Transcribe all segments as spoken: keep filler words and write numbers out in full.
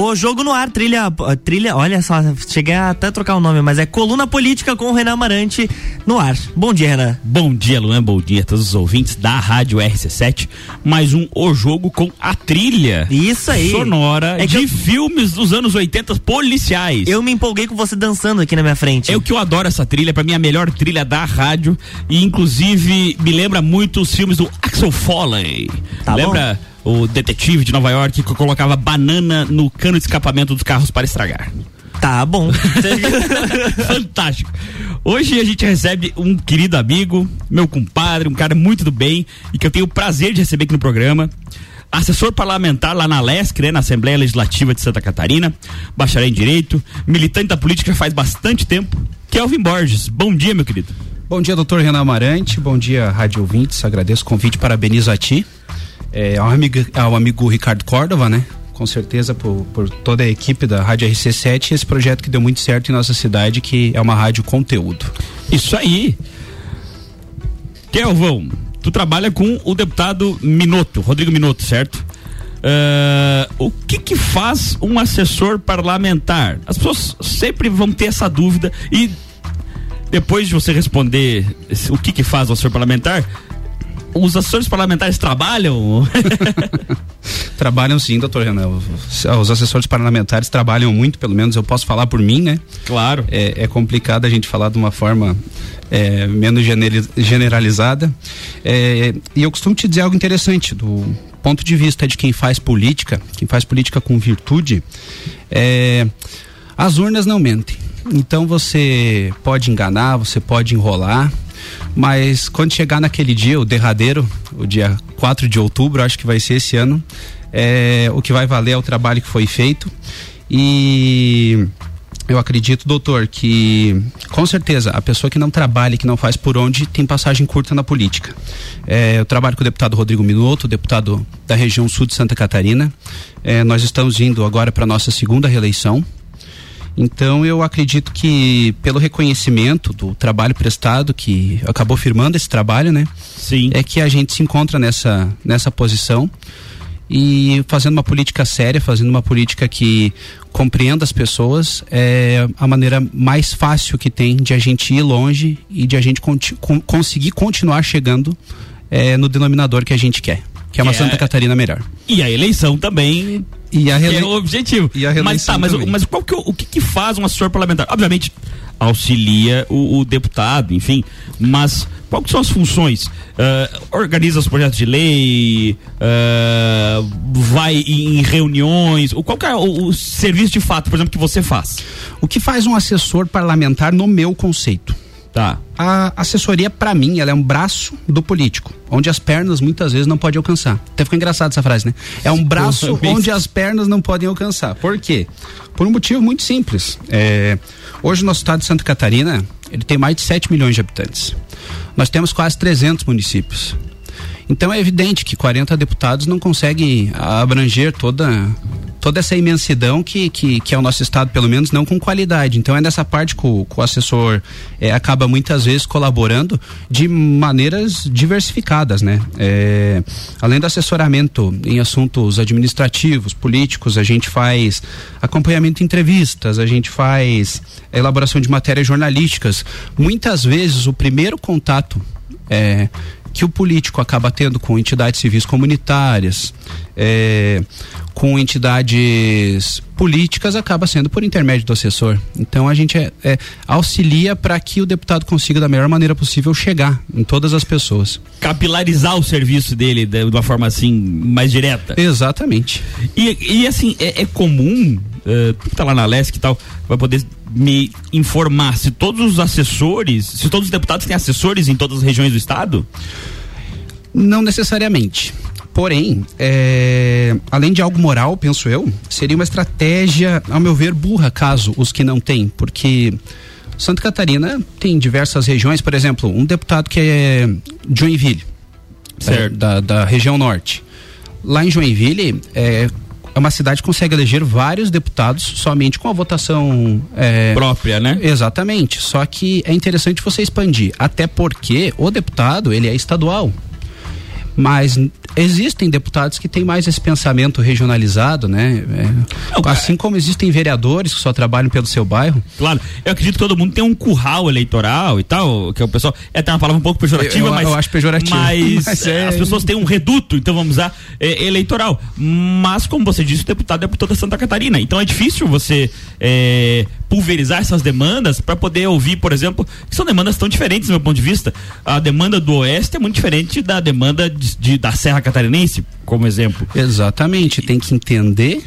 O Jogo no Ar, trilha, trilha, olha só, cheguei a até trocar o nome, mas é Coluna Política com o Renan Amarante no ar. Bom dia, Renan. Bom dia, Luan, bom dia a todos os ouvintes da Rádio R C sete, mais um O Jogo com a trilha Isso aí. sonora é de eu... filmes dos anos oitenta policiais. Eu me empolguei com você dançando aqui na minha frente. É o que eu adoro essa trilha, pra mim é a melhor trilha da rádio e inclusive me lembra muito os filmes do Axel Foley. Tá lembra? Bom. O detetive de Nova York que colocava banana no cano de escapamento dos carros para estragar. Tá bom. Fantástico. Hoje a gente recebe um querido amigo, meu compadre, um cara muito do bem e que eu tenho o prazer de receber aqui no programa. Assessor parlamentar lá na Lesc, né, na Assembleia Legislativa de Santa Catarina, bacharel em Direito, militante da política faz bastante tempo, Kelvin Borges. Bom dia, meu querido. Bom dia, doutor Renan Amarante, bom dia, rádio ouvintes, agradeço o convite, parabenizo a ti. É, ao, amigo, ao amigo Ricardo Córdova, né? Com certeza por, por toda a equipe da Rádio R C sete, esse projeto que deu muito certo em nossa cidade, que é uma rádio conteúdo. Isso aí. Kelvão, tu trabalha com o deputado Minotto, Rodrigo Minotto, certo? Uh, o que que faz um assessor parlamentar? As pessoas sempre vão ter essa dúvida e depois de você responder o que que faz o assessor parlamentar, os assessores parlamentares trabalham? Trabalham sim, doutor Renan. Os assessores parlamentares trabalham muito, pelo menos eu posso falar por mim, né? Claro. É, é complicado a gente falar de uma forma é, menos generalizada. É, e eu costumo te dizer algo interessante, do ponto de vista de quem faz política, quem faz política com virtude, é, as urnas não mentem. Então você pode enganar, você pode enrolar, mas quando chegar naquele dia, o derradeiro, o dia quatro de outubro, acho que vai ser esse ano, é, o que vai valer é o trabalho que foi feito. E eu acredito, doutor, que com certeza a pessoa que não trabalha, que não faz por onde, tem passagem curta na política. É, eu trabalho com o deputado Rodrigo Minotto, deputado da região sul de Santa Catarina. É, nós estamos indo agora para a nossa segunda reeleição. Então eu acredito que pelo reconhecimento do trabalho prestado, que acabou firmando esse trabalho, né? Sim. É que a gente se encontra nessa, nessa posição e fazendo uma política séria, fazendo uma política que compreenda as pessoas, é a maneira mais fácil que tem de a gente ir longe e de a gente conti- con- conseguir continuar chegando é, no denominador que a gente quer, que é uma é... Santa Catarina melhor. E a eleição também... E a rele... é o objetivo. E a mas tá, mas, mas qual que, o que que faz um assessor parlamentar? Obviamente auxilia o, o deputado, enfim, mas qual que são as funções? Uh, organiza os projetos de lei, uh, vai em reuniões, qual que é o, o serviço de fato, por exemplo, que você faz? O que faz um assessor parlamentar no meu conceito? Tá. A assessoria, pra mim, ela é um braço do político, onde as pernas muitas vezes não podem alcançar. Até ficou engraçado essa frase, né? É um braço onde as pernas não podem alcançar. Por quê? Por um motivo muito simples. É, hoje o nosso estado de Santa Catarina, ele tem mais de sete milhões de habitantes. Nós temos quase trezentos municípios. Então é evidente que quarenta deputados não conseguem abranger toda... toda essa imensidão que, que, que é o nosso estado, pelo menos não com qualidade. Então é nessa parte que o, que o assessor é, acaba muitas vezes colaborando de maneiras diversificadas, né? É, além do assessoramento em assuntos administrativos, políticos, a gente faz acompanhamento de entrevistas, a gente faz elaboração de matérias jornalísticas. Muitas vezes o primeiro contato é, que o político acaba tendo com entidades civis comunitárias, é, com entidades políticas, acaba sendo por intermédio do assessor. Então a gente é, é, auxilia para que o deputado consiga da melhor maneira possível chegar em todas as pessoas. Capilarizar o serviço dele de uma forma assim mais direta. Exatamente. E, e assim, é, é comum, uh, tu que tá lá na Lesc e tal, vai poder me informar se todos os assessores, se todos os deputados têm assessores em todas as regiões do estado? Não necessariamente. Porém, é, além de algo moral, penso eu, seria uma estratégia, ao meu ver, burra, caso os que não têm, porque Santa Catarina tem diversas regiões, por exemplo, um deputado que é de Joinville, certo. Da, da, da região norte. Lá em Joinville, é, é uma cidade que consegue eleger vários deputados somente com a votação é, própria, né? Exatamente, só que é interessante você expandir, até porque o deputado, ele é estadual. Mas Existem deputados que têm mais esse pensamento regionalizado, né? É, Não, assim como existem vereadores que só trabalham pelo seu bairro. Claro, eu acredito que todo mundo tem um curral eleitoral e tal, que é o pessoal, é até uma palavra um pouco pejorativa, eu, eu, mas eu acho pejorativa. Mas, mas é... as pessoas têm um reduto, então vamos usar é, eleitoral. Mas como você disse, o deputado é por toda Santa Catarina, então é difícil você é, pulverizar essas demandas para poder ouvir, por exemplo, que são demandas tão diferentes do meu ponto de vista. A demanda do Oeste é muito diferente da demanda de, de, da Serra Catarinense, como exemplo. Exatamente, tem que entender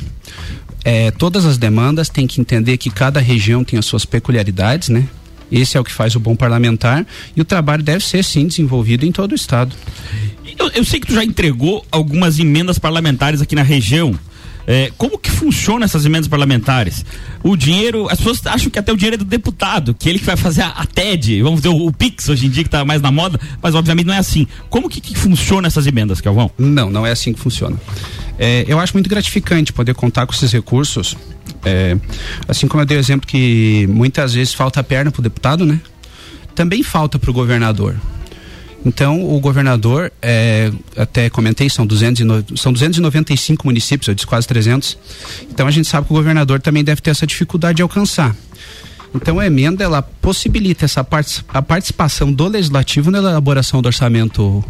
é, todas as demandas, tem que entender que cada região tem as suas peculiaridades, né? Esse é o que faz o bom parlamentar, e o trabalho deve ser sim desenvolvido em todo o estado. Eu, eu sei que tu já entregou algumas emendas parlamentares aqui na região. É, como que funciona essas emendas parlamentares? O dinheiro, as pessoas acham que até o dinheiro é do deputado, que ele que vai fazer a, a T E D, vamos dizer, o, o Pix hoje em dia que está mais na moda, mas obviamente não é assim. Como que, que funciona essas emendas, Calvão? Não, não é assim que funciona. É, eu acho muito gratificante poder contar com esses recursos, é, assim como eu dei o exemplo que muitas vezes falta perna pro deputado, né? Também falta pro governador. Então, o governador, é, até comentei, são, duzentos e no, são duzentos e noventa e cinco municípios, eu disse quase trezentos. Então, a gente sabe que o governador também deve ter essa dificuldade de alcançar. Então, a emenda, ela possibilita essa part, a participação do legislativo na elaboração do orçamento,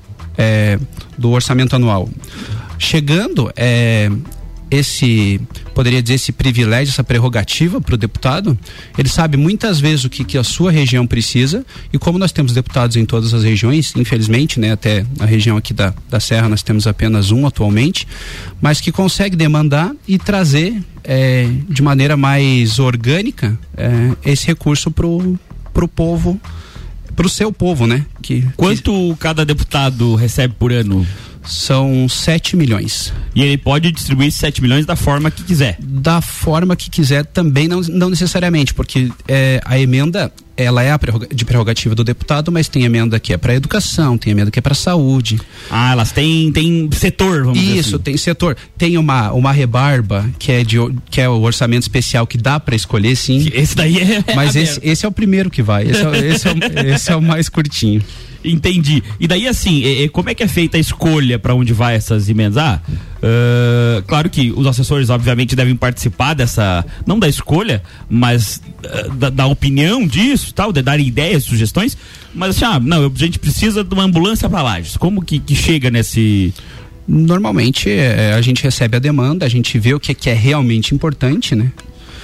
é, do orçamento anual. Chegando, é, esse, poderia dizer, esse privilégio, essa prerrogativa para o deputado, ele sabe muitas vezes o que, que a sua região precisa, e como nós temos deputados em todas as regiões, infelizmente, né, até na região aqui da, da Serra nós temos apenas um atualmente, mas que consegue demandar e trazer é, de maneira mais orgânica é, esse recurso pro, pro povo, pro seu povo, né? Que, Quanto que... cada deputado recebe por ano? São sete milhões. E ele pode distribuir sete milhões da forma que quiser? Da forma que quiser também, não, não necessariamente, porque é, a emenda, ela é a prerroga, de prerrogativa do deputado, mas tem emenda que é para educação, tem emenda que é para saúde. Ah, elas têm, têm setor, vamos dizer assim. Isso, tem setor. Tem uma, uma rebarba, que é, de, que é o orçamento especial que dá para escolher, sim. Esse daí é. Mas esse, esse é o primeiro que vai, esse é, esse é, o, esse é o mais curtinho. Entendi. E daí, assim, é, é, como é que é feita a escolha para onde vai essas emendas? Ah, uh, claro que os assessores, obviamente, devem participar dessa, não da escolha, mas uh, da, da opinião disso, tal, de darem ideias, sugestões, mas assim, ah, não, a gente precisa de uma ambulância para Lages. Como que, que chega nesse... Normalmente, é, a gente recebe a demanda, a gente vê o que, que é realmente importante, né?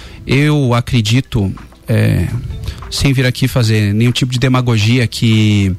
Eu acredito, é, sem vir aqui fazer nenhum tipo de demagogia, que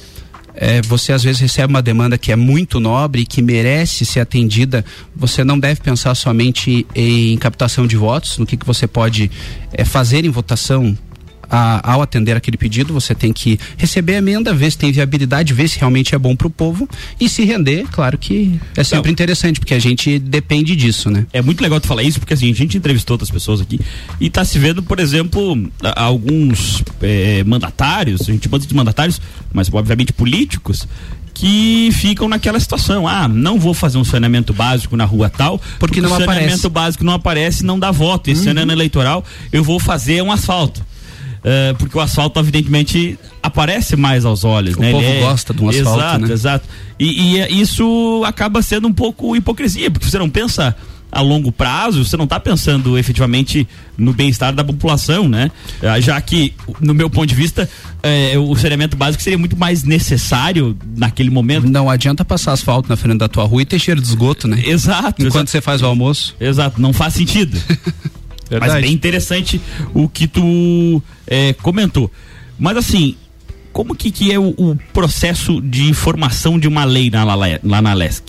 É, você às vezes recebe uma demanda que é muito nobre e que merece ser atendida. Você não deve pensar somente em captação de votos, no que, que você pode é, fazer em votação a, ao atender aquele pedido. Você tem que receber a emenda, ver se tem viabilidade, ver se realmente é bom para o povo e se render. Claro que é sempre não. interessante, porque a gente depende disso, né? É muito legal tu falar isso, porque assim, a gente entrevistou outras pessoas aqui e tá se vendo, por exemplo, a, alguns é, mandatários, a gente chama de mandatários, mas obviamente políticos, que ficam naquela situação, ah, não vou fazer um saneamento básico na rua tal, porque, porque não o saneamento aparece. básico não aparece, não dá voto. Esse uhum. ano eleitoral eu vou fazer um asfalto. Uh, porque o asfalto evidentemente aparece mais aos olhos, o né? povo é... gosta de um asfalto, exato, né? Exato, e, e isso acaba sendo um pouco hipocrisia, porque você não pensa a longo prazo, você não está pensando efetivamente no bem-estar da população, né? Uh, já que, no meu ponto de vista, uh, o saneamento básico seria muito mais necessário naquele momento. Não adianta passar asfalto na frente da tua rua e ter cheiro de esgoto, né? Exato. Enquanto exato. você faz o almoço. Exato, não faz sentido. Verdade. Mas bem interessante o que tu é, comentou. Mas assim, como que, que é o, o processo de informação de uma lei na, lá na Lesc?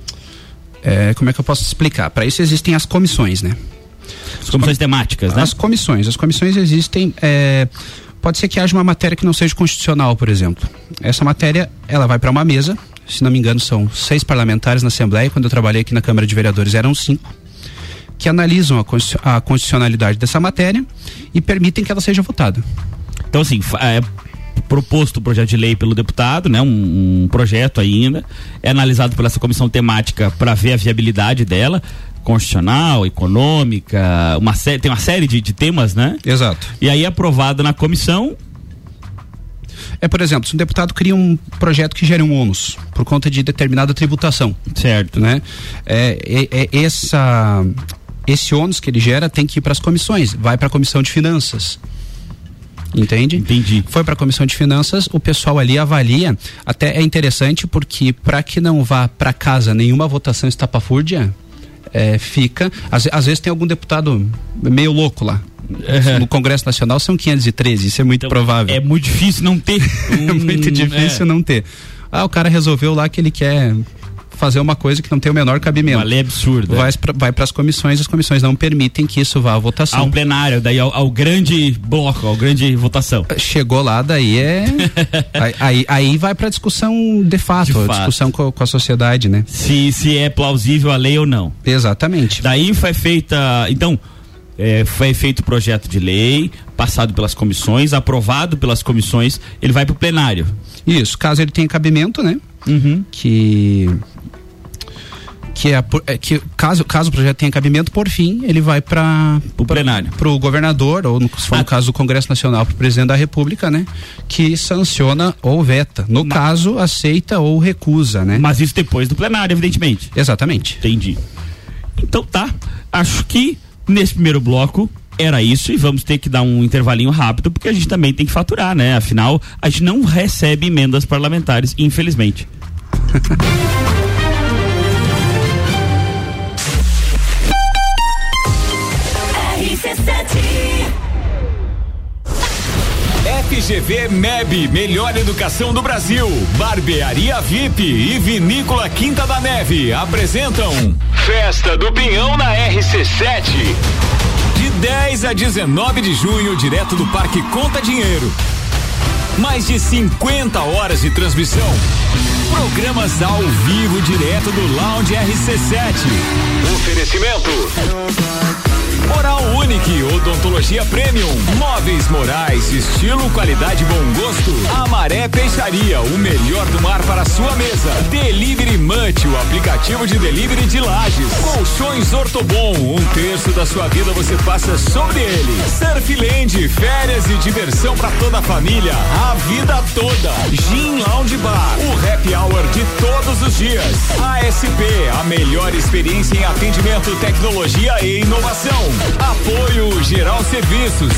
É, como é que eu posso explicar? Para isso existem as comissões, né? As comissões temáticas, né? As comissões. As comissões existem... É, pode ser que haja uma matéria que não seja constitucional, por exemplo. Essa matéria, ela vai para uma mesa. Se não me engano, são seis parlamentares na Assembleia. Quando eu trabalhei aqui na Câmara de Vereadores, eram cinco, que analisam a, a constitucionalidade dessa matéria e permitem que ela seja votada. Então, assim, é proposto o projeto de lei pelo deputado, né? Um, um projeto ainda, é analisado por essa comissão temática para ver a viabilidade dela, constitucional, econômica, uma série, tem uma série de, de temas, né? Exato. E aí é aprovado na comissão. É, por exemplo, se um deputado cria um projeto que gere um ônus por conta de determinada tributação. Certo. Né? É, é, é essa, esse ônus que ele gera tem que ir para as comissões, vai para a comissão de finanças. Entende? Entendi. Foi para a comissão de finanças, o pessoal ali avalia, até é interessante porque para que não vá para casa nenhuma votação estapafúrdia, é, fica, às, às vezes tem algum deputado meio louco lá. Uhum. No Congresso Nacional são quinhentos e treze, isso é muito então, provável. É muito difícil não ter. Um, é muito difícil é. não ter. Ah, o cara resolveu lá que ele quer fazer uma coisa que não tem o menor cabimento. Uma lei absurda. Vai pra, vai para as comissões, as comissões não permitem que isso vá à votação. Ao plenário, daí ao, ao grande bloco, ao grande votação. Chegou lá, daí é. aí, aí, aí vai para discussão de fato, de fato. discussão com, com a sociedade, né? Se, se é plausível a lei ou não. Exatamente. Daí foi feita. Então. É, foi feito o projeto de lei, passado pelas comissões, aprovado pelas comissões, ele vai para o plenário. Isso, caso ele tenha cabimento, né? Uhum. Que que é, é que caso caso o projeto tenha cabimento, por fim, ele vai para o plenário, para o governador ou no, se for ah. no caso do Congresso Nacional, para o presidente da República, né? Que sanciona ou veta. No Mas, caso, aceita ou recusa, né? Mas isso depois do plenário, evidentemente. Exatamente. Entendi. Então tá, acho que nesse primeiro bloco era isso e vamos ter que dar um intervalinho rápido porque a gente também tem que faturar, né? Afinal, a gente não recebe emendas parlamentares, infelizmente. F G V M E B, melhor educação do Brasil. Barbearia V I P e Vinícola Quinta da Neve apresentam Festa do Pinhão na R C sete. De dez a dezenove de junho, direto do Parque Conta Dinheiro. Mais de cinquenta horas de transmissão. Programas ao vivo direto do Lounge R C sete. Oferecimento Oral Unique, odontologia premium, móveis Morais, estilo, qualidade, bom gosto. Amaré Peixaria, o melhor do mar para a sua mesa. Delivery Munch, o aplicativo de delivery de Lages. Colchões Ortobon, um terço da sua vida você passa sobre ele. Surfland, férias e diversão para toda a família, a vida toda. Gin Lounge Bar, o happy hour de todos os dias. A S P, a melhor experiência em atendimento, tecnologia e inovação. Apoio Geral Serviços.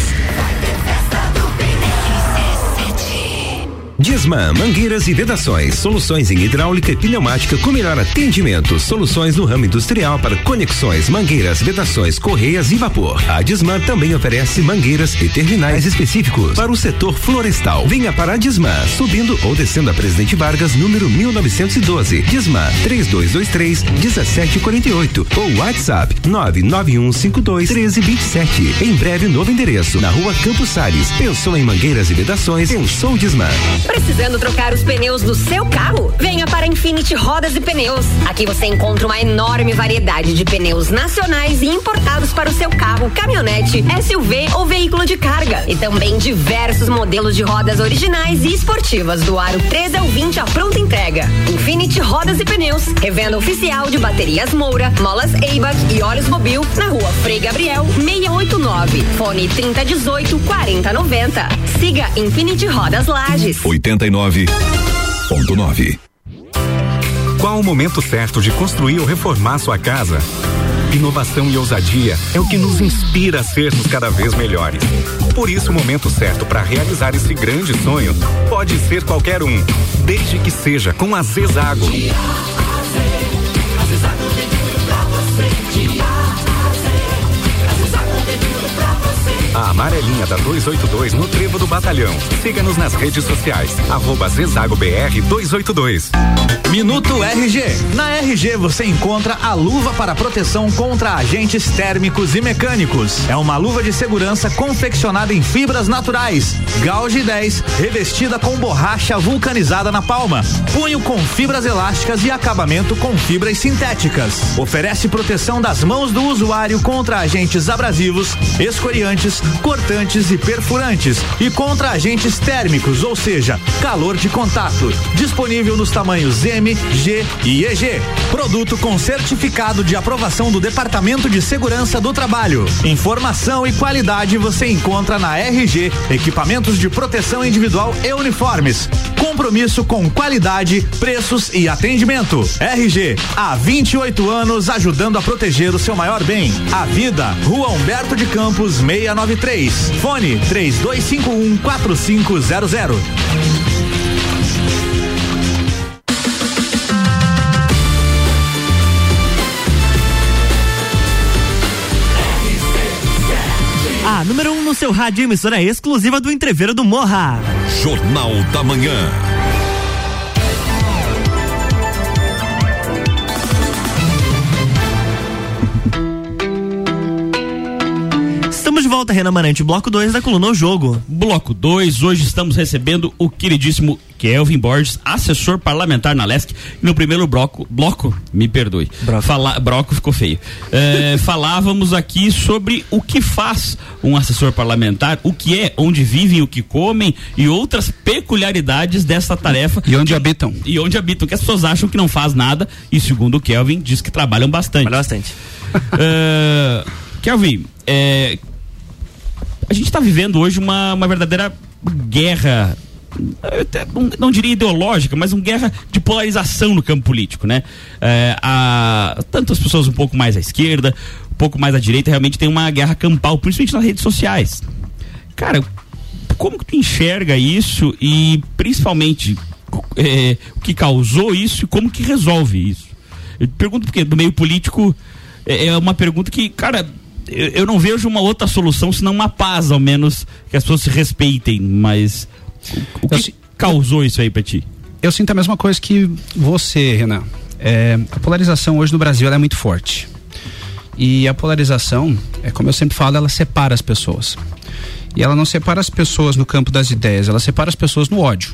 Disman, mangueiras e vedações, soluções em hidráulica e pneumática com melhor atendimento, soluções no ramo industrial para conexões, mangueiras, vedações, correias e vapor. A Disman também oferece mangueiras e terminais específicos para o setor florestal. Venha para a Disman, subindo ou descendo a Presidente Vargas, número mil novecentos e doze. Disman, três dois dois três, um sete quatro oito ou WhatsApp nove nove um cinco dois, um três dois sete. Em breve, novo endereço, na rua Campos Salles. Pensou em mangueiras e vedações? Pensou Disman. Precisando trocar os pneus do seu carro? Venha para Infinity Rodas e Pneus. Aqui você encontra uma enorme variedade de pneus nacionais e importados para o seu carro, caminhonete, S U V ou veículo de carga. E também diversos modelos de rodas originais e esportivas do aro treze ao vinte à pronta entrega. Infinity Rodas e Pneus, revenda oficial de baterias Moura, molas Eibach e óleos Mobil, na rua Frei Gabriel seiscentos e oitenta e nove. Fone trinta dezoito, quarenta noventa. Siga Infinity Rodas Lages. oitenta e nove ponto nove. Qual o momento certo de construir ou reformar sua casa? Inovação e ousadia é o que nos inspira a sermos cada vez melhores. Por isso, o momento certo para realizar esse grande sonho pode ser qualquer um, desde que seja com a Zezago. A amarelinha da duzentos e oitenta e dois no Trevo do Batalhão. Siga-nos nas redes sociais. Arroba Zezago B R duzentos e oitenta e dois. Minuto R G. Na R G você encontra a luva para proteção contra agentes térmicos e mecânicos. É uma luva de segurança confeccionada em fibras naturais. Gauge dez, revestida com borracha vulcanizada na palma. Punho com fibras elásticas e acabamento com fibras sintéticas. Oferece proteção das mãos do usuário contra agentes abrasivos, escoriantes, cortantes cortantes e perfurantes e contra agentes térmicos, ou seja, calor de contato. Disponível nos tamanhos M, G e E G. Produto com certificado de aprovação do Departamento de Segurança do Trabalho. Informação e qualidade você encontra na R G, equipamentos de proteção individual e uniformes. Compromisso com qualidade, preços e atendimento. R G, há vinte e oito anos ajudando a proteger o seu maior bem, a vida. Rua Humberto de Campos, seiscentos e noventa e três. Fone três dois cinco um, quatro cinco zero zero. A número um no seu rádio, emissora exclusiva do Entreveiro do Morra. Jornal da Manhã. Estamos de volta, Renan Marante, bloco dois da coluna O Jogo. Bloco dois, hoje estamos recebendo o queridíssimo Kelvin Borges, assessor parlamentar na Lesc. E no primeiro bloco, bloco, me perdoe, Broco, Fala, broco ficou feio. É, falávamos aqui sobre o que faz um assessor parlamentar, o que é, onde vivem, o que comem e outras peculiaridades dessa tarefa. E onde habitam. E onde habitam, que as pessoas acham que não faz nada e segundo o Kelvin, diz que trabalham bastante. Trabalham bastante. uh, Kelvin, é, a gente está vivendo hoje uma, uma verdadeira guerra, não, não diria ideológica, mas uma guerra de polarização no campo político, né? É, a, tanto as pessoas um pouco mais à esquerda, um pouco mais à direita, realmente tem uma guerra campal, principalmente nas redes sociais. Cara, como que tu enxerga isso e principalmente é, o que causou isso e como que resolve isso? Eu te pergunto porque do meio político é, é uma pergunta que, cara, eu, eu não vejo uma outra solução senão uma paz, ao menos, que as pessoas se respeitem, mas o, o que eu, causou isso aí pra ti? Eu sinto a mesma coisa que você, Renan. É, a polarização hoje no Brasil ela é muito forte. E a polarização, é como eu sempre falo, ela separa as pessoas. E ela não separa as pessoas no campo das ideias, ela separa as pessoas no ódio.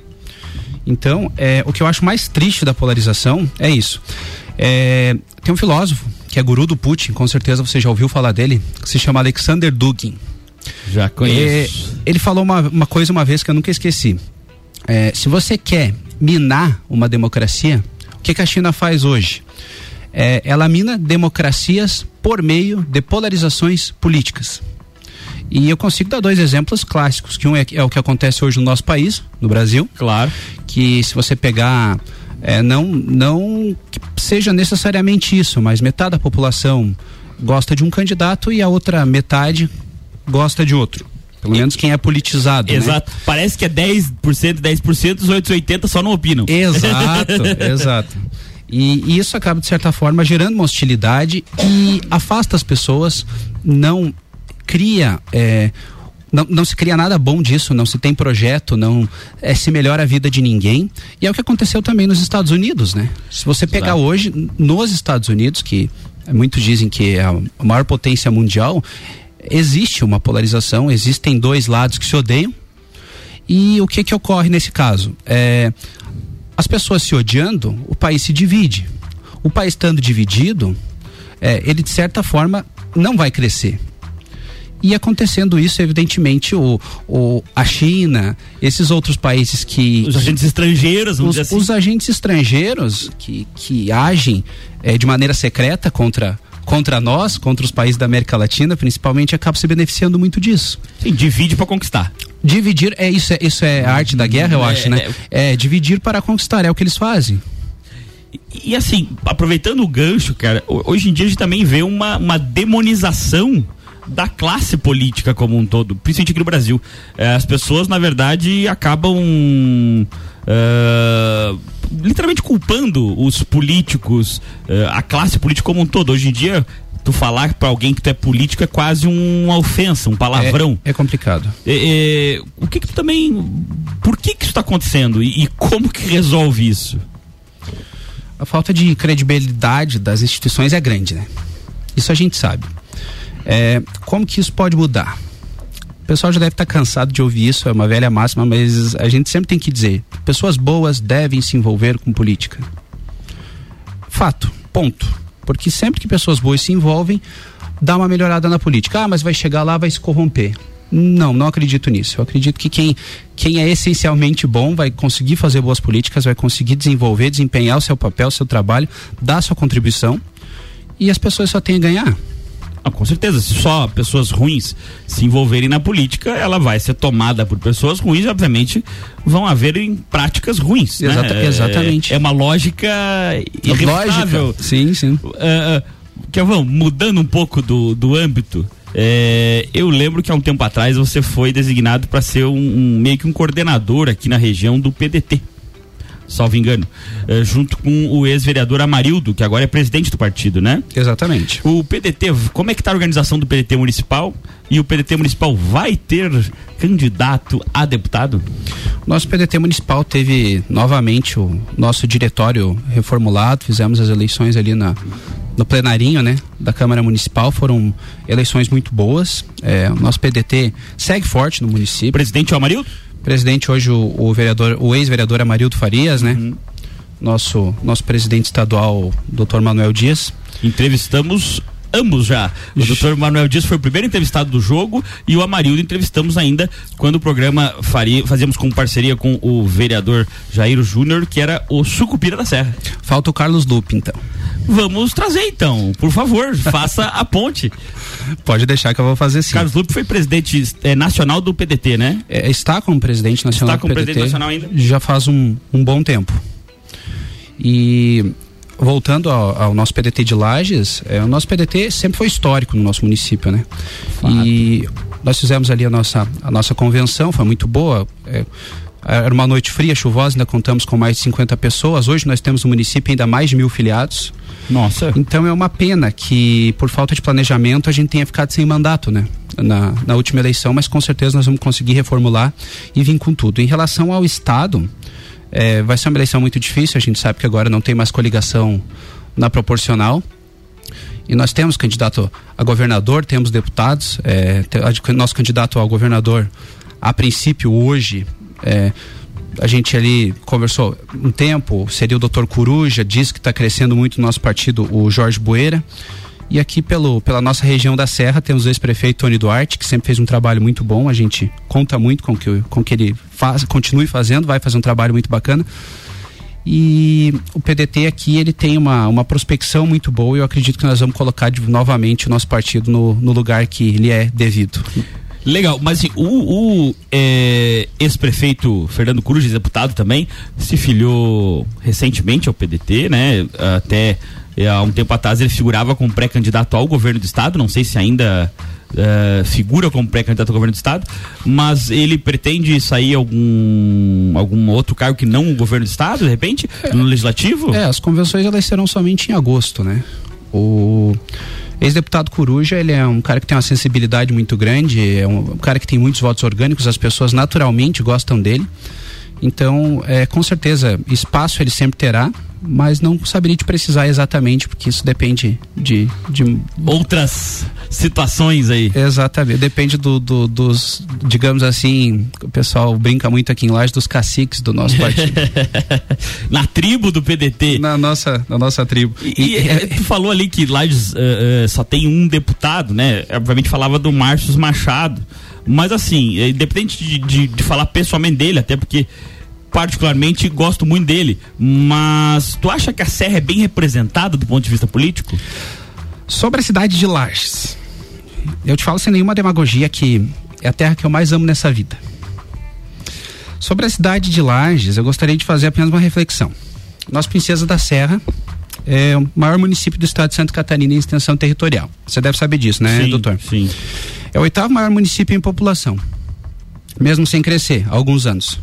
Então, é, o que eu acho mais triste da polarização é isso. É, tem um filósofo que é guru do Putin, com certeza você já ouviu falar dele, que se chama Alexander Dugin. Já conheço. É, ele falou uma, uma coisa uma vez que eu nunca esqueci. É, se você quer minar uma democracia, o que, que a China faz hoje? É, ela mina democracias por meio de polarizações políticas. E eu consigo dar dois exemplos clássicos, que um é, é o que acontece hoje no nosso país, no Brasil. Claro. Que se você pegar, é, não, não que seja necessariamente isso, mas metade da população gosta de um candidato e a outra metade gosta de outro. Pelo menos quem é politizado. Exato. Né? Parece que é dez por cento, dez por cento, os outros oitenta por cento só não opinam. Exato, exato. E, e isso acaba, de certa forma, gerando uma hostilidade e afasta as pessoas, não cria, é, não, não se cria nada bom disso, não se tem projeto, não é, se melhora a vida de ninguém. E é o que aconteceu também nos Estados Unidos, né? Se você pegar Exato. Hoje, nos Estados Unidos, que muitos dizem que é a maior potência mundial, existe uma polarização, existem dois lados que se odeiam. E o que que ocorre nesse caso? É, as pessoas se odiando, o país se divide. O país estando dividido, é, ele de certa forma não vai crescer. E acontecendo isso, evidentemente, o, o, a China, esses outros países que... Os agentes estrangeiros, vamos os, dizer assim. Os agentes estrangeiros que, que agem é, de maneira secreta contra, contra nós, contra os países da América Latina, principalmente, acabam se beneficiando muito disso. Sim, divide para conquistar. Dividir, é isso, é, isso é a arte da guerra, eu é, acho, né? É, é dividir para conquistar, é o que eles fazem. E, e assim, aproveitando o gancho, cara, hoje em dia a gente também vê uma, uma demonização da classe política como um todo, principalmente aqui no Brasil. É, as pessoas, na verdade, acabam uh, literalmente culpando os políticos, uh, a classe política como um todo. Hoje em dia, tu falar pra alguém que tu é político é quase uma ofensa, um palavrão. É, é complicado. É, é, o que que tu também... Por que que isso tá acontecendo? E, e como que resolve isso? A falta de credibilidade das instituições é grande, né? Isso a gente sabe. É, como que isso pode mudar? O pessoal já deve estar cansado de ouvir isso, é uma velha máxima, mas a gente sempre tem que dizer: pessoas boas devem se envolver com política. Fato, ponto. Porque sempre que pessoas boas se envolvem, dá uma melhorada na política. Ah, mas vai chegar lá, vai se corromper. Não, não acredito nisso. Eu acredito que quem, quem é essencialmente bom vai conseguir fazer boas políticas, vai conseguir desenvolver, desempenhar o seu papel, o seu trabalho, dar a sua contribuição, e as pessoas só têm a ganhar. Ah, com certeza, se só pessoas ruins se envolverem na política, ela vai ser tomada por pessoas ruins, e obviamente vão haver em práticas ruins. Exata, né? Exatamente. É, é uma lógica irrefutável. Lógica. Sim, sim. Uh, uh, Kevão, mudando um pouco do, do âmbito, é, eu lembro que há um tempo atrás você foi designado para ser um, um meio que um coordenador aqui na região do P D T, salvo engano, é, junto com o ex-vereador Amarildo, que agora é presidente do partido, né? Exatamente. O P D T, como é que está a organização do P D T municipal? E o P D T municipal vai ter candidato a deputado? Nosso P D T municipal teve novamente o nosso diretório reformulado, fizemos as eleições ali na no plenarinho, né, da Câmara Municipal. Foram eleições muito boas. É, o nosso P D T segue forte no município. Presidente é o Amarildo? Presidente hoje o, o vereador, o ex-vereador Amarildo Farias, né? Uhum. Nosso nosso presidente estadual, doutor Manuel Dias. Entrevistamos ambos já. O doutor Manuel Dias foi o primeiro entrevistado do jogo, e o Amarildo entrevistamos ainda quando o programa faria, fazíamos com parceria com o vereador Jairo Júnior, que era o Sucupira da Serra. Falta o Carlos Lupe, então. Vamos trazer então, por favor, faça a ponte. Pode deixar que eu vou fazer sim. Carlos Lupe foi presidente é, nacional do P D T, né? É, está como presidente nacional está como do P D T. Presidente nacional ainda? Já faz um, um bom tempo. E voltando ao, ao nosso P D T de Lages, é, o nosso P D T sempre foi histórico no nosso município, né? Fato. E nós fizemos ali a nossa, a nossa convenção, foi muito boa. É, era uma noite fria, chuvosa, ainda contamos com mais de cinquenta pessoas. Hoje nós temos no município ainda mais de mil filiados. Nossa. Então é uma pena que, por falta de planejamento, a gente tenha ficado sem mandato, né? Na, na última eleição, mas com certeza nós vamos conseguir reformular e vir com tudo. Em relação ao Estado, é, vai ser uma eleição muito difícil. A gente sabe que agora não tem mais coligação na proporcional. E nós temos candidato a governador, temos deputados. É, nosso candidato ao governador, a princípio, hoje, é, a gente ali conversou um tempo, seria o doutor Coruja, diz que está crescendo muito no nosso partido, o Jorge Bueira. E aqui pelo, pela nossa região da Serra temos o ex-prefeito Tony Duarte, que sempre fez um trabalho muito bom. A gente conta muito com que, com que ele faz, continue fazendo, vai fazer um trabalho muito bacana. E o P D T aqui, ele tem uma, uma prospecção muito boa, e eu acredito que nós vamos colocar de, novamente o nosso partido no, no lugar que lhe é devido. Legal, mas assim, o, o é, ex-prefeito Fernando Cruz, deputado também, se filiou recentemente ao P D T, né? Até é, há um tempo atrás ele figurava como pré-candidato ao governo do estado, não sei se ainda é, figura como pré-candidato ao governo do estado, mas ele pretende sair algum algum outro cargo que não o governo do estado, de repente, é, no legislativo? É, as convenções elas serão somente em agosto, né? O ex-deputado Coruja, ele é um cara que tem uma sensibilidade muito grande, é um, um cara que tem muitos votos orgânicos, as pessoas naturalmente gostam dele. Então, é, com certeza, espaço ele sempre terá, mas não saberia te precisar exatamente, porque isso depende de, de outras situações aí. Exatamente, depende do, do, dos, digamos assim, o pessoal brinca muito aqui em Lages, dos caciques do nosso partido. Na tribo do P D T. Na nossa, na nossa tribo. E, e é, tu falou ali que Lages uh, uh, só tem um deputado, né? Obviamente falava do Márcio Machado, mas assim, independente de, de, de falar pessoalmente dele, até porque particularmente gosto muito dele, mas tu acha que a Serra é bem representada do ponto de vista político? Sobre a cidade de Lages, eu te falo sem nenhuma demagogia que é a terra que eu mais amo nessa vida. Sobre a cidade de Lages, eu gostaria de fazer apenas uma reflexão. Nossa Princesa da Serra é o maior município do estado de Santa Catarina em extensão territorial. Você deve saber disso, né, sim, doutor? Sim. É o oitavo maior município em população, mesmo sem crescer há alguns anos.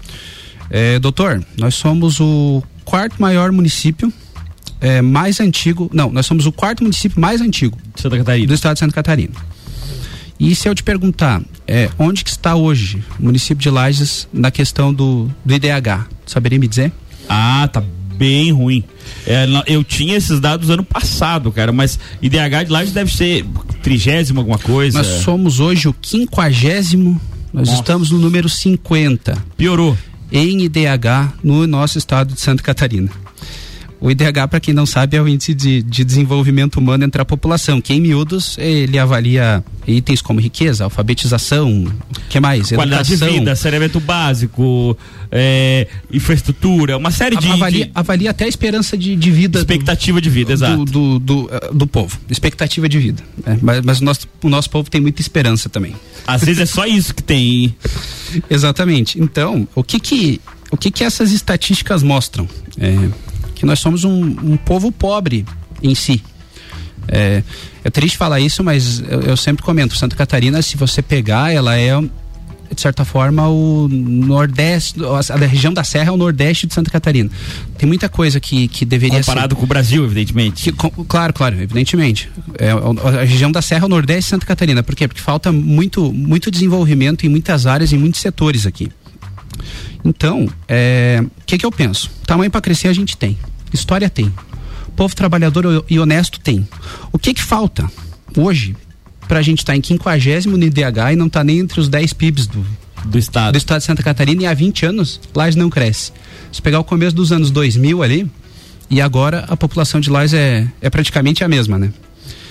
É, doutor, nós somos o quarto maior município é, mais antigo, não, nós somos o quarto município mais antigo Santa Catarina. do estado de Santa Catarina. E se eu te perguntar, é, onde que está hoje o município de Lages na questão do, do I D H, saberia me dizer? Ah, tá bem ruim. É, eu tinha esses dados ano passado, cara, mas I D H de Lages deve ser trigésimo alguma coisa. Nós somos hoje o quinquagésimo, nós Nossa. estamos no número cinquenta. Piorou. Em I D H no nosso estado de Santa Catarina. O I D H, para quem não sabe, é o índice de, de desenvolvimento humano entre a população, que em miúdos ele avalia itens como riqueza, alfabetização, o que mais? Qualidade Educação. de vida, saneamento básico, é, infraestrutura, uma série de... Avalia, de... avalia até a esperança de, de vida. Expectativa do, de vida, do, exato. Do, do, do, do povo, expectativa de vida. É, mas mas o, nosso, o nosso povo tem muita esperança também. Às vezes é só isso que tem. Exatamente. Então, o que que, o que que essas estatísticas mostram? É, que nós somos um, um povo pobre em si. É, é triste falar isso, mas eu, eu sempre comento, Santa Catarina, se você pegar, ela é, de certa forma, o nordeste, a, a região da Serra é o nordeste de Santa Catarina. Tem muita coisa que, que deveria Comparado ser... com o Brasil, evidentemente. Que, com, claro, claro, evidentemente. É, a, a região da Serra é o nordeste de Santa Catarina. Por quê? Porque falta muito, muito desenvolvimento em muitas áreas, em muitos setores aqui. Então, o é, que que eu penso? Tamanho para crescer a gente tem, história tem, povo trabalhador e honesto tem. O que que falta hoje pra gente estar tá em quinquagésimo no I D H e não tá nem entre os dez P I Bs do, do estado do estado de Santa Catarina, e há vinte anos Lages não cresce. Se pegar o começo dos anos dois mil ali, e agora a população de Lages é, é praticamente a mesma, né?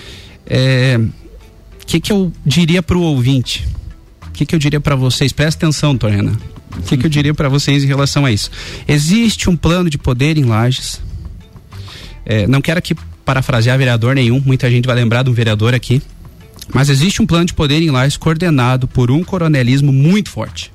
É, que que eu diria pro ouvinte? O que que eu diria para vocês? Presta atenção, Torrena. O que, que eu diria para vocês em relação a isso? Existe um plano de poder em Lages. É, não quero aqui parafrasear vereador nenhum, muita gente vai lembrar de um vereador aqui. Mas existe um plano de poder em Lages coordenado por um coronelismo muito forte.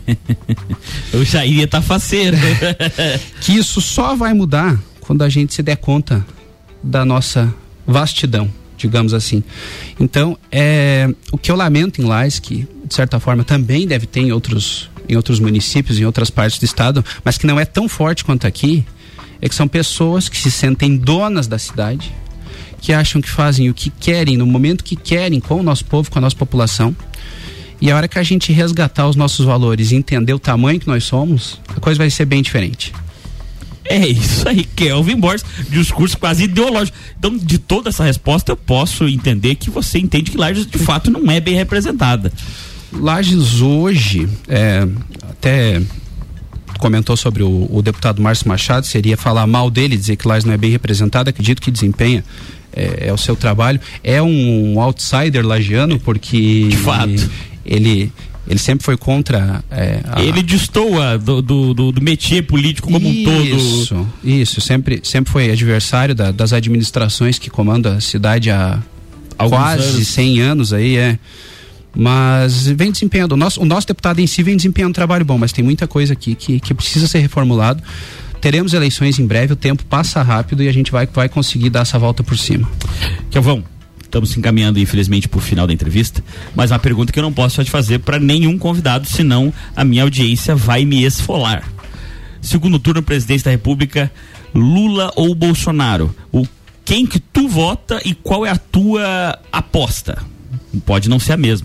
Eu já iria estar faceiro. Que isso só vai mudar quando a gente se der conta da nossa vastidão, digamos assim. Então, é, o que eu lamento em Lages, que de certa forma também deve ter em outros, em outros municípios, em outras partes do estado, mas que não é tão forte quanto aqui, é que são pessoas que se sentem donas da cidade, que acham que fazem o que querem, no momento que querem, com o nosso povo, com a nossa população. E a hora que a gente resgatar os nossos valores e entender o tamanho que nós somos, a coisa vai ser bem diferente. É isso aí, Kelvin Borges, discurso quase ideológico. Então, de toda essa resposta, eu posso entender que você entende que Lages, de fato, não é bem representada. Lages hoje, é, até comentou sobre o, o deputado Márcio Machado, seria falar mal dele, dizer que Lages não é bem representada. Acredito que desempenha, é, é o seu trabalho. É um outsider lagiano, porque de fato ele ele sempre foi contra é, a... ele destoa do, do, do, do métier político como isso, um todo. Isso, isso, sempre, sempre foi adversário da, das administrações que comandam a cidade há Alguns quase anos. cem anos aí, é. Mas vem desempenhando, o nosso, o nosso deputado em si vem desempenhando um trabalho bom, mas tem muita coisa aqui que, que precisa ser reformulado. Teremos eleições em breve, o tempo passa rápido e a gente vai, vai conseguir dar essa volta por cima. Kelvão, estamos se encaminhando infelizmente para o final da entrevista, mas uma pergunta que eu não posso te fazer para nenhum convidado, senão a minha audiência vai me esfolar. Segundo turno, presidente da República, Lula ou Bolsonaro? O, quem que tu vota e qual é a tua aposta? Pode não ser a mesma.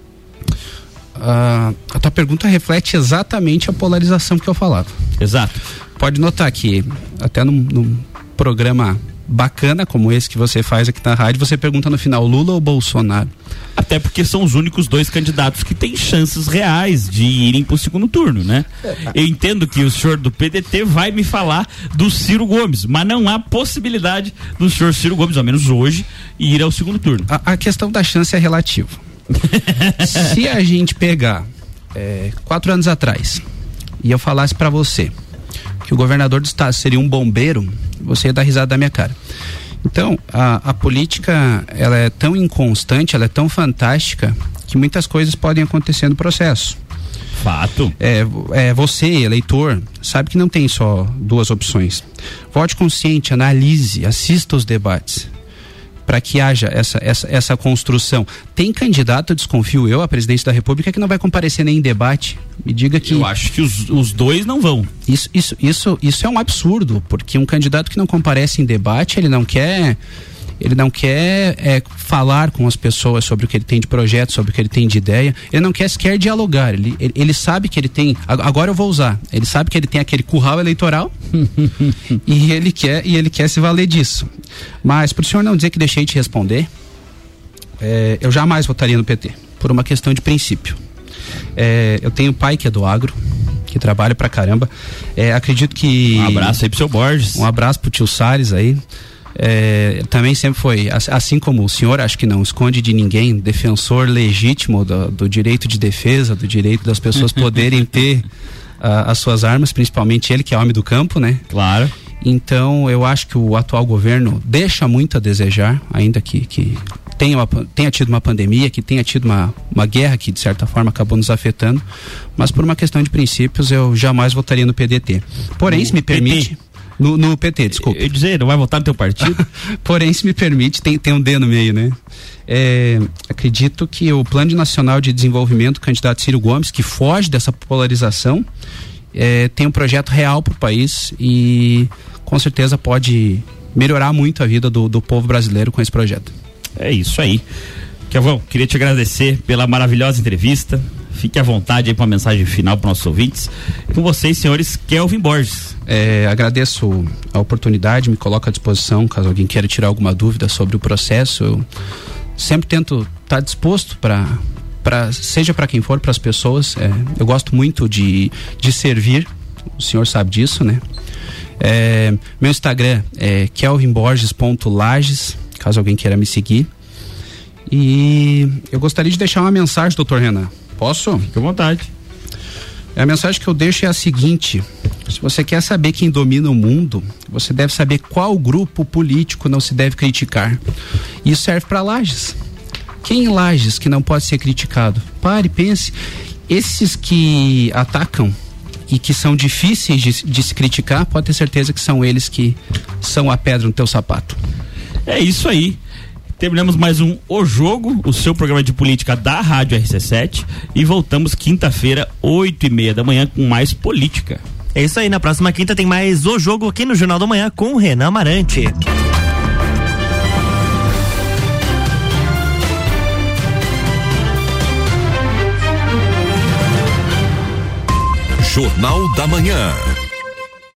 Uh, a tua pergunta reflete exatamente a polarização que eu falava. Exato. Pode notar que até num, num programa bacana como esse que você faz aqui na rádio, você pergunta no final, Lula ou Bolsonaro? Até porque são os únicos dois candidatos que têm chances reais de irem pro segundo turno, né? Eu entendo que o senhor do P D T vai me falar do Ciro Gomes, mas não há possibilidade do senhor Ciro Gomes, ao menos hoje, ir ao segundo turno. A, a questão da chance é relativa. Se a gente pegar é, quatro anos atrás e eu falasse pra você que o governador do estado seria um bombeiro, você ia dar risada da minha cara. Então, a, a política, ela é tão inconstante, ela é tão fantástica, que muitas coisas podem acontecer no processo. Fato. É, é, você, eleitor, sabe que não tem só duas opções. Vote consciente, analise, assista os debates, para que haja essa, essa, essa construção. Tem candidato, eu desconfio eu, a presidência da República, que não vai comparecer nem em debate. Me diga que... Eu acho que os, os dois não vão. Isso, isso, isso, isso é um absurdo, porque um candidato que não comparece em debate, ele não quer... Ele não quer é, falar com as pessoas sobre o que ele tem de projeto, sobre o que ele tem de ideia. Ele não quer sequer dialogar. Ele, ele, ele sabe que ele tem... Agora eu vou usar. Ele sabe que ele tem aquele curral eleitoral e, ele quer, e ele quer se valer disso. Mas, para o senhor não dizer que deixei de responder, é, eu jamais votaria no P T, por uma questão de princípio. É, eu tenho pai que é do agro, que trabalha pra caramba. É, acredito que... Um abraço aí pro seu Borges. Um abraço pro tio Salles aí. É, também sempre foi, assim como o senhor, acho que não esconde de ninguém, defensor legítimo do, do direito de defesa, do direito das pessoas poderem ter uh, as suas armas, principalmente ele que é homem do campo, né? Claro. Então eu acho que o atual governo deixa muito a desejar, ainda que, que tenha, uma, tenha tido uma pandemia, que tenha tido uma, uma guerra que de certa forma acabou nos afetando, mas por uma questão de princípios eu jamais votaria no P D T. Porém, no se me permite... P T. No, no P T, desculpa. Eu ia dizer, não vai votar no teu partido? Porém, se me permite, tem, tem um D no meio, né? É, acredito que o Plano Nacional de Desenvolvimento do candidato Ciro Gomes, que foge dessa polarização, é, tem um projeto real para o país e com certeza pode melhorar muito a vida do, do povo brasileiro com esse projeto. É isso aí. Kevão, queria te agradecer pela maravilhosa entrevista. Fique à vontade aí para uma mensagem final para nossos ouvintes. Com vocês, senhores Kelvin Borges. É, agradeço a oportunidade, me coloco à disposição caso alguém queira tirar alguma dúvida sobre o processo. Eu sempre tento estar disposto para para seja para quem for, para as pessoas. É, eu gosto muito de, de servir, o senhor sabe disso, né? É, meu Instagram é kelvin borges ponto lages, caso alguém queira me seguir. E eu gostaria de deixar uma mensagem, doutor Renan. Posso? Fique à vontade. A mensagem que eu deixo é a seguinte: se você quer saber quem domina o mundo, você deve saber qual grupo político não se deve criticar. Isso serve para Lages. Quem em Lages que não pode ser criticado? Pare, pense. Esses que atacam e que são difíceis de, de se criticar, pode ter certeza que são eles que são a pedra no teu sapato. É isso aí. Terminamos mais um O Jogo, o seu programa de política da Rádio R C sete, e voltamos quinta-feira, oito e meia da manhã, com mais política. É isso aí, na próxima quinta tem mais O Jogo aqui no Jornal da Manhã com o Renan Amarante. Jornal da Manhã.